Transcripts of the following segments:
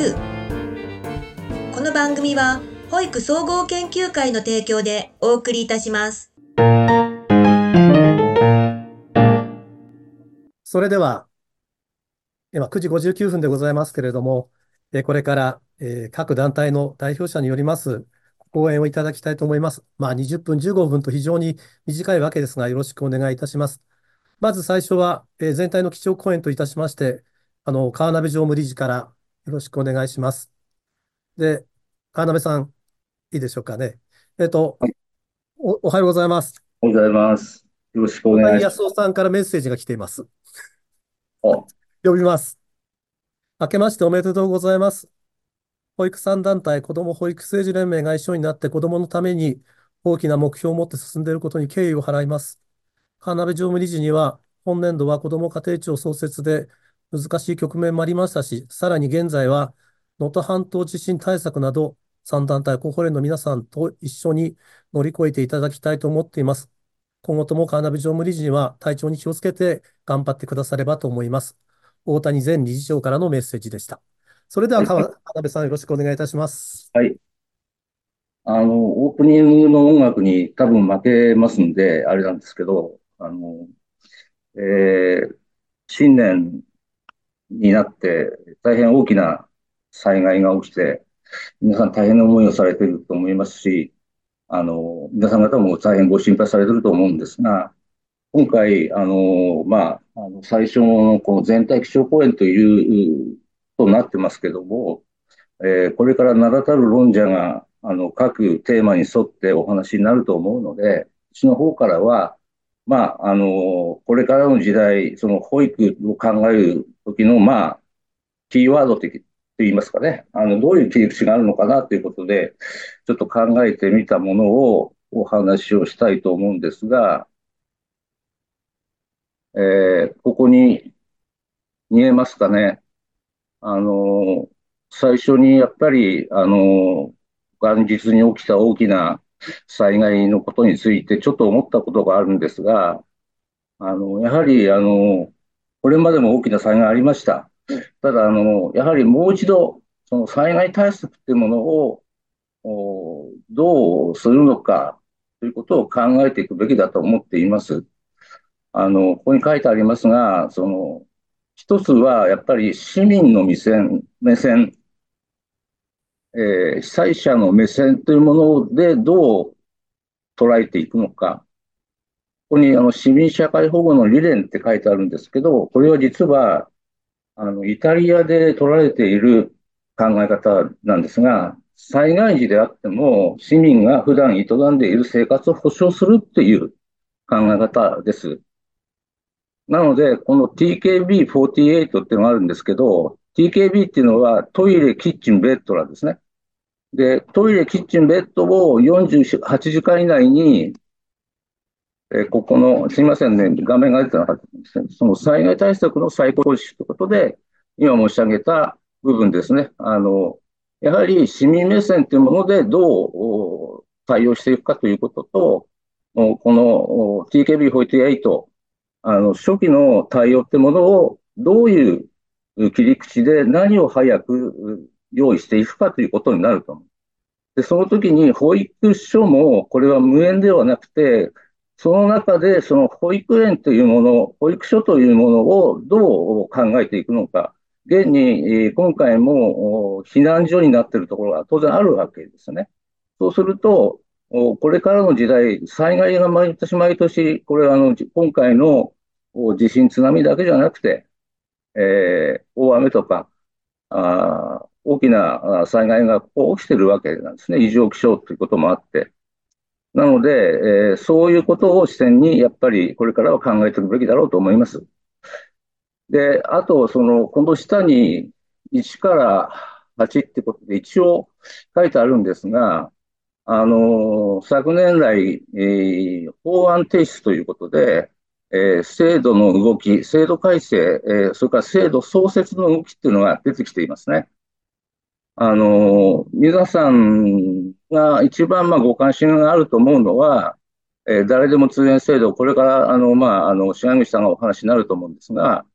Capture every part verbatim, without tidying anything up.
ュー。この番組は保育総合研究会の提供でお送りいたします。 それでは、今くじごじゅうきゅうふんでございますけれども、えーこれから、えー各団体の代表者によります講演をいただきたいと思います。まあ、にじゅっぷん、じゅうごふんと非常に短いわけですが、よろしくお願いいたします。まず最初は、えー全体の基調講演といたしまして、あの川鍋常務理事からよろしくお願いします。で、川鍋さん、いいでしょうかね。えっと、 はい、 お、おはようございます。 おはようございます。よろしくお大谷願いします。 康夫さんからメッセージが来ています。 あ、 読みます。明けましておめでとうございます。保育さん団体子ども保育政治連盟が一緒になって子どものために大きな目標を持って進んでいることに敬意を払います。川辺常務理事には、本年度は子ども家庭庁創設で難しい局面もありましたし、さらに現在は能登半島地震対策など、さん団体候補連の皆さんと一緒に乗り越えていただきたいと思っています。今後とも川辺常務理事には体調に気をつけて頑張ってくださればと思います。大谷前理事長からのメッセージでした。それでは川辺さんよろしくお願いいたします。 はい。あの、オープニングの音楽に多分負けますんで、あれなんですけど、あの、えー新年になって大変大きな災害が起きて、皆さん大変な思いをされていると思いますし、あの、皆さん方も大変ご心配されていると思うんですが、今回、あの、まあ、あの最初のこの全体基調講演という、となってますけども、えーこれから名だたる論者があの各テーマに沿ってお話になると思うので、うちの方からは、まあ、あのこれからの時代、その保育を考える時の、まあ、キーワード的といいますかね、あのどういう切り口があるのかなということで、ちょっと考えてみたものをお話をしたいと思うんですが、えーここに見えますかね。あの、最初にやっぱり、あの、元日に起きた大きな災害のことについてちょっと思ったことがあるんですが、あの、やはり、あの、これまでも大きな災害ありました。ただ、あの、やはりもう一度、その災害対策っていうものを、おどうするのかということを考えていくべきだと思っています。あの、ここに書いてありますが、その、一つはやっぱり市民の目線、目線えー被災者の目線というものでどう捉えていくのか。ここにあの市民社会保護の理念って書いてあるんですけど、これは実はあのイタリアで取られている考え方なんですが、災害時であっても市民が普段営んでいる生活を保障するっていう考え方です。なので、この ティーケービーフォーティーエイト っていうのがあるんですけど、ティーケービー っていうのはトイレ、キッチン、ベッドなんですね。で、トイレ、キッチン、ベッドをよんじゅうはちじかん以内に、えーここの、すみませんね、画面が出てなかったんですね。その災害対策の最高指示ということで、今申し上げた部分ですね。あの、やはり市民目線というものでどう対応していくかということと、この ティーケービーフォーティーエイト、あの、初期の対応ってものをどういう切り口で何を早く用意していくかということになると思う。で、その時に保育所も、これは無縁ではなくて、その中でその保育園というもの、保育所というものをどう考えていくのか。現に、えー今回もお避難所になっているところが当然あるわけですね。そうすると、おこれからの時代、災害が毎年毎年、これはあの今回のお地震、津波だけじゃなくて、えー大雨とか、あー大きなあ災害がこう起きてるわけなんですね。異常気象ということもあって。なので、えーそういうことを視点に、やっぱりこれからは考えていくべきだろうと思います。で、あと、その、この下にいちからはちってことで一応書いてあるんですが、あの、昨年来、えー法案提出ということで、えー制度の動き、制度改正、えーそれから制度創設の動きっていうのが出てきていますね。あの、皆さんが一番まあご関心があると思うのは、えー誰でも通園制度、これからあの、まあ、あの、白口さんがお話になると思うんですが、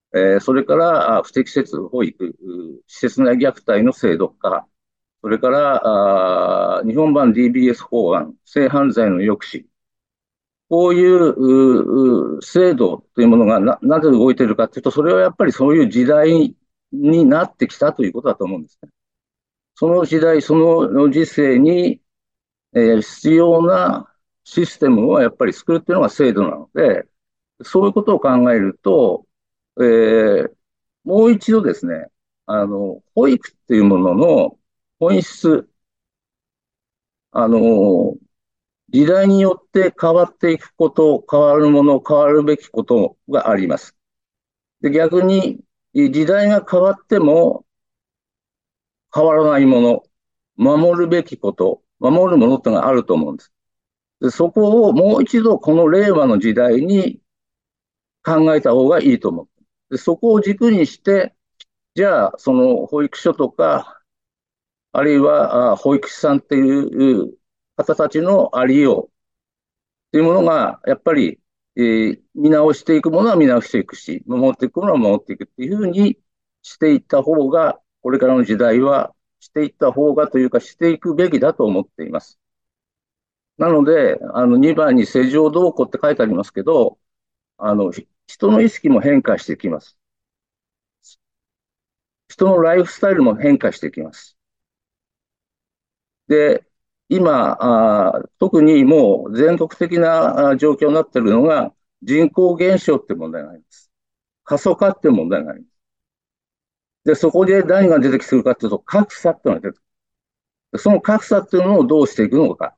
えーそれからあ不適切保育、施設内虐待の制度化、それからあ日本版 ディービーエス 法案、性犯罪の抑止、こういうう制度というものがな、なぜ動いているかというと、それはやっぱりそういう時代になってきたということだと思うんですね。その時代、その時世に、えー必要なシステムをやっぱり作るっていうのが制度なので、そういうことを考えると、えーもう一度ですね、あの、保育っていうものの本質、あの、時代によって変わっていくこと、変わるもの、変わるべきことがあります。で、逆に、時代が変わっても変わらないもの、守るべきこと、守るものってのがあると思うんです。で、そこをもう一度この令和の時代に考えた方がいいと思う。で、そこを軸にして、じゃあ、その保育所とか、あるいはあ保育士さんっていう方たちのありようっていうものが、やっぱり、えー見直していくものは見直していくし、守っていくものは守っていくっていうふうにしていった方が、これからの時代はしていった方がというか、していくべきだと思っています。なので、あのにばんに施情動向って書いてありますけど、あの人の意識も変化してきます。人のライフスタイルも変化してきます。で、今、あ特にもう全国的な状況になっているのが人口減少って問題があります。過疎化って問題があります。で、そこで何が出てくるかというと、格差っていうのが出てくる。その格差っていうのをどうしていくのか。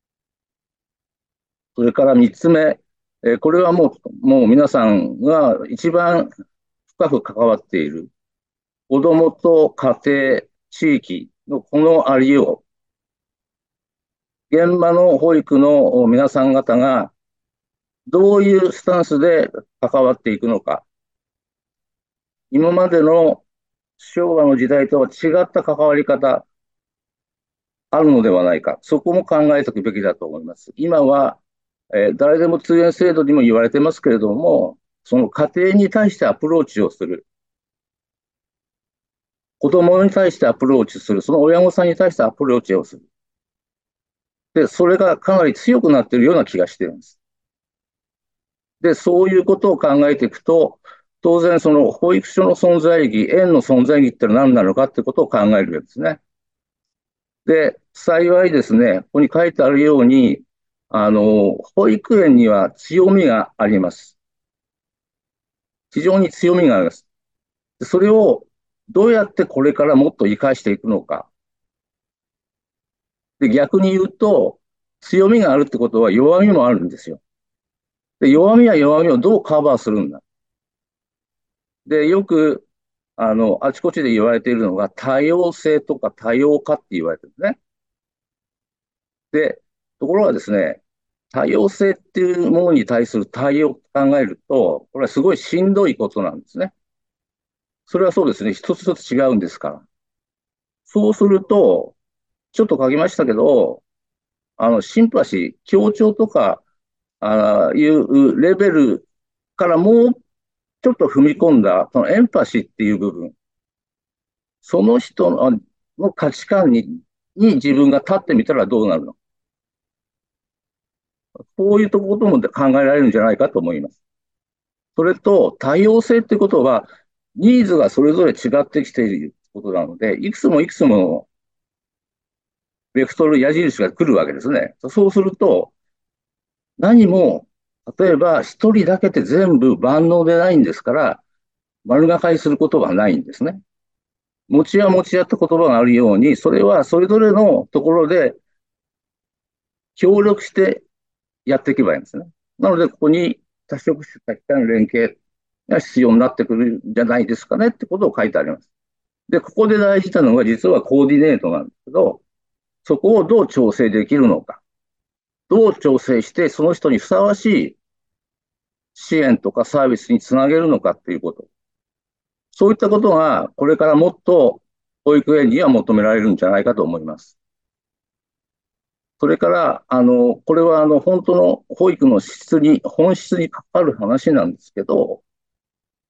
それから三つ目、えーこれはもう、もう皆さんが一番深く関わっている、子供と家庭、地域のこのありよう、現場の保育の皆さん方がどういうスタンスで関わっていくのか。今までの昭和の時代とは違った関わり方、あるのではないか。そこも考えておくべきだと思います。今は、えー誰でも通園制度にも言われてますけれども、その家庭に対してアプローチをする。子供に対してアプローチする。その親御さんに対してアプローチをする。で、それがかなり強くなっているような気がしているんです。で、そういうことを考えていくと、当然その保育所の存在意義、園の存在意義ってのは何なのかってことを考えるわけですね。で、幸いですね、ここに書いてあるように、あの、保育園には強みがあります。非常に強みがあります。それをどうやってこれからもっと活かしていくのか。で、逆に言うと、強みがあるってことは弱みもあるんですよ。で、弱みは弱みをどうカバーするんだ。で、よく、あの、あちこちで言われているのが、多様性とか多様化って言われてるんですね。で、ところがですね、多様性っていうものに対する対応を考えると、これはすごいしんどいことなんですね。それはそうですね。一つ一つ違うんですから。そうすると、ちょっと書きましたけど、あの、シンパシー、協調とか、ああいうレベルからもうちょっと踏み込んだ、そのエンパシーっていう部分、その人のの価値観に、に自分が立ってみたらどうなるの。こういうところも考えられるんじゃないかと思います。それと、多様性ってことは、ニーズがそれぞれ違ってきていることなので、いくつもいくつものベクトル、矢印が来るわけですね。そうすると、何も、例えば一人だけで全部万能でないんですから、丸がかりすることはないんですね。持ち屋持ち屋って言葉があるように、それはそれぞれのところで協力してやっていけばいいんですね。なので、ここに多職種多機関の連携が必要になってくるんじゃないですかねってことを書いてあります。で、ここで大事なのが実はコーディネートなんですけど、そこをどう調整できるのか。どう調整してその人にふさわしい支援とかサービスにつなげるのかっていうこと。そういったことがこれからもっと保育園には求められるんじゃないかと思います。それから、あの、これはあの、本当の保育の質に、本質に関わる話なんですけど、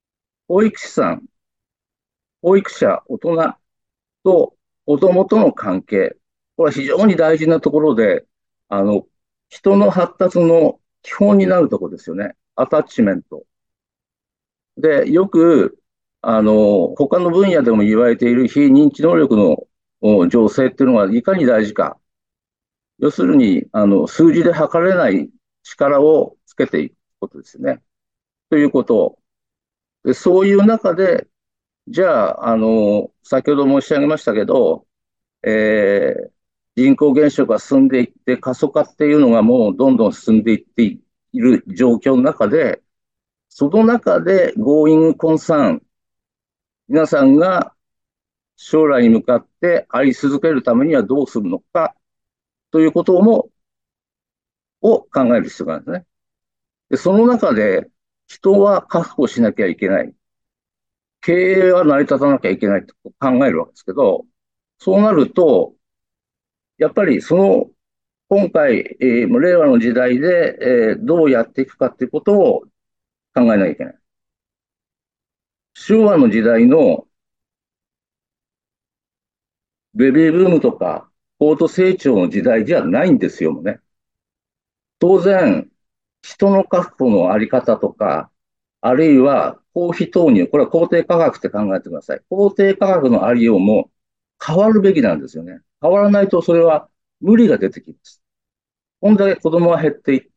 保育士さん、保育者、大人と子供との関係。これは非常に大事なところで、あの、人の発達の基本になるところですよね。アタッチメント。で、よく、あの、他の分野でも言われている非認知能力のお醸成っていうのがいかに大事か。要するに、あの、数字で測れない力をつけていくことですよね。ということで、そういう中で、じゃあ、あの、先ほど申し上げましたけど、えー人口減少が進んでいって、過疎化っていうのがもうどんどん進んでいっている状況の中で、その中で Going Concern、皆さんが将来に向かってあり続けるためにはどうするのかということも、を考える必要があるんですね。で、その中で人は確保しなきゃいけない。経営は成り立たなきゃいけないと考えるわけですけど、そうなると、やっぱりその今回、えー令和の時代で、えーどうやっていくかということを考えなきゃいけない。昭和の時代のベビーブームとか高度成長の時代じゃないんですよ、もうね。当然、人の確保のあり方とか、あるいは公費投入、これは公定価格って考えてください。公定価格のありようも変わるべきなんですよね。変わらないとそれは無理が出てきます。こんだけ子供が減っていって、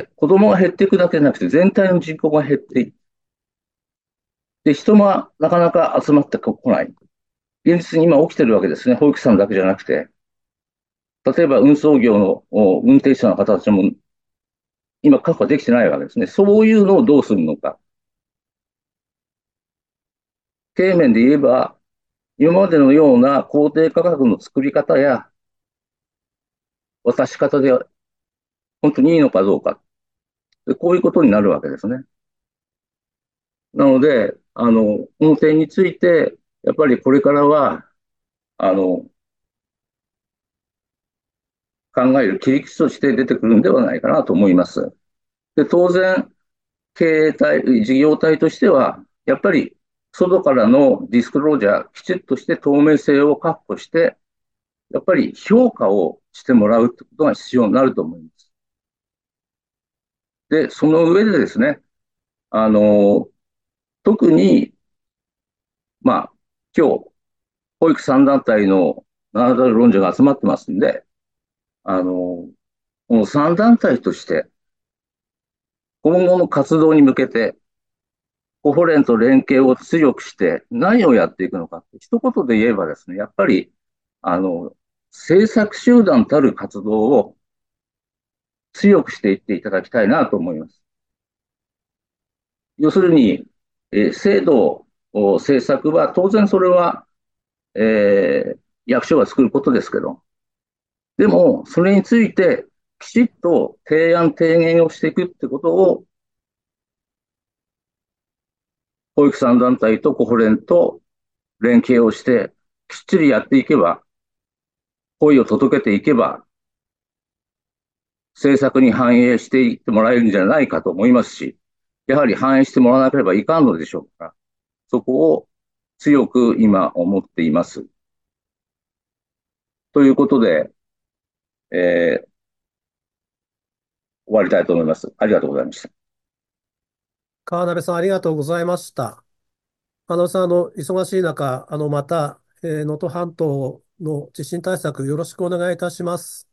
子供が減っていくだけじゃなくて全体の人口が減っていって、で、人がなかなか集まってこない。現実に今起きてるわけですね。保育士さんだけじゃなくて。例えば運送業の運転手の方たちも今確保できてないわけですね。そういうのをどうするのか。経営面で言えば、今までのような公定価格の作り方や渡し方で本当にいいのかどうか。こういうことになるわけですね。なので、あの、この点について、やっぱりこれからは、あの、考える切り口として出てくるんではないかなと思います。で、当然、経営体、事業体としては、やっぱり外からのディスクロージャー、きちっとして透明性を確保して、やっぱり評価をしてもらうってことが必要になると思います。で、その上でですね、あの、特に、まあ、今日、保育さん団体の名だたる論者が集まってますんで、あの、このさん団体として、今後の活動に向けて、コホレンと連携を強くして何をやっていくのかって、一言で言えばですね、やっぱり、あの、政策集団たる活動を強くしていっていただきたいなと思います。要するに、えー制度、政策は、当然それは、えー役所が作ることですけど、でも、それについて、きちっと提案、提言をしていくってことを、保育さん団体とコホレンと連携をして、きっちりやっていけば、声を届けていけば、政策に反映していってもらえるんじゃないかと思いますし、やはり反映してもらわなければいかんのでしょうから、そこを強く今思っています。ということで、えー終わりたいと思います。ありがとうございました。 川辺さん、ありがとうございました。川辺さん、あの、忙しい中、あの、また、えー能登半島の地震対策よろしくお願いいたします。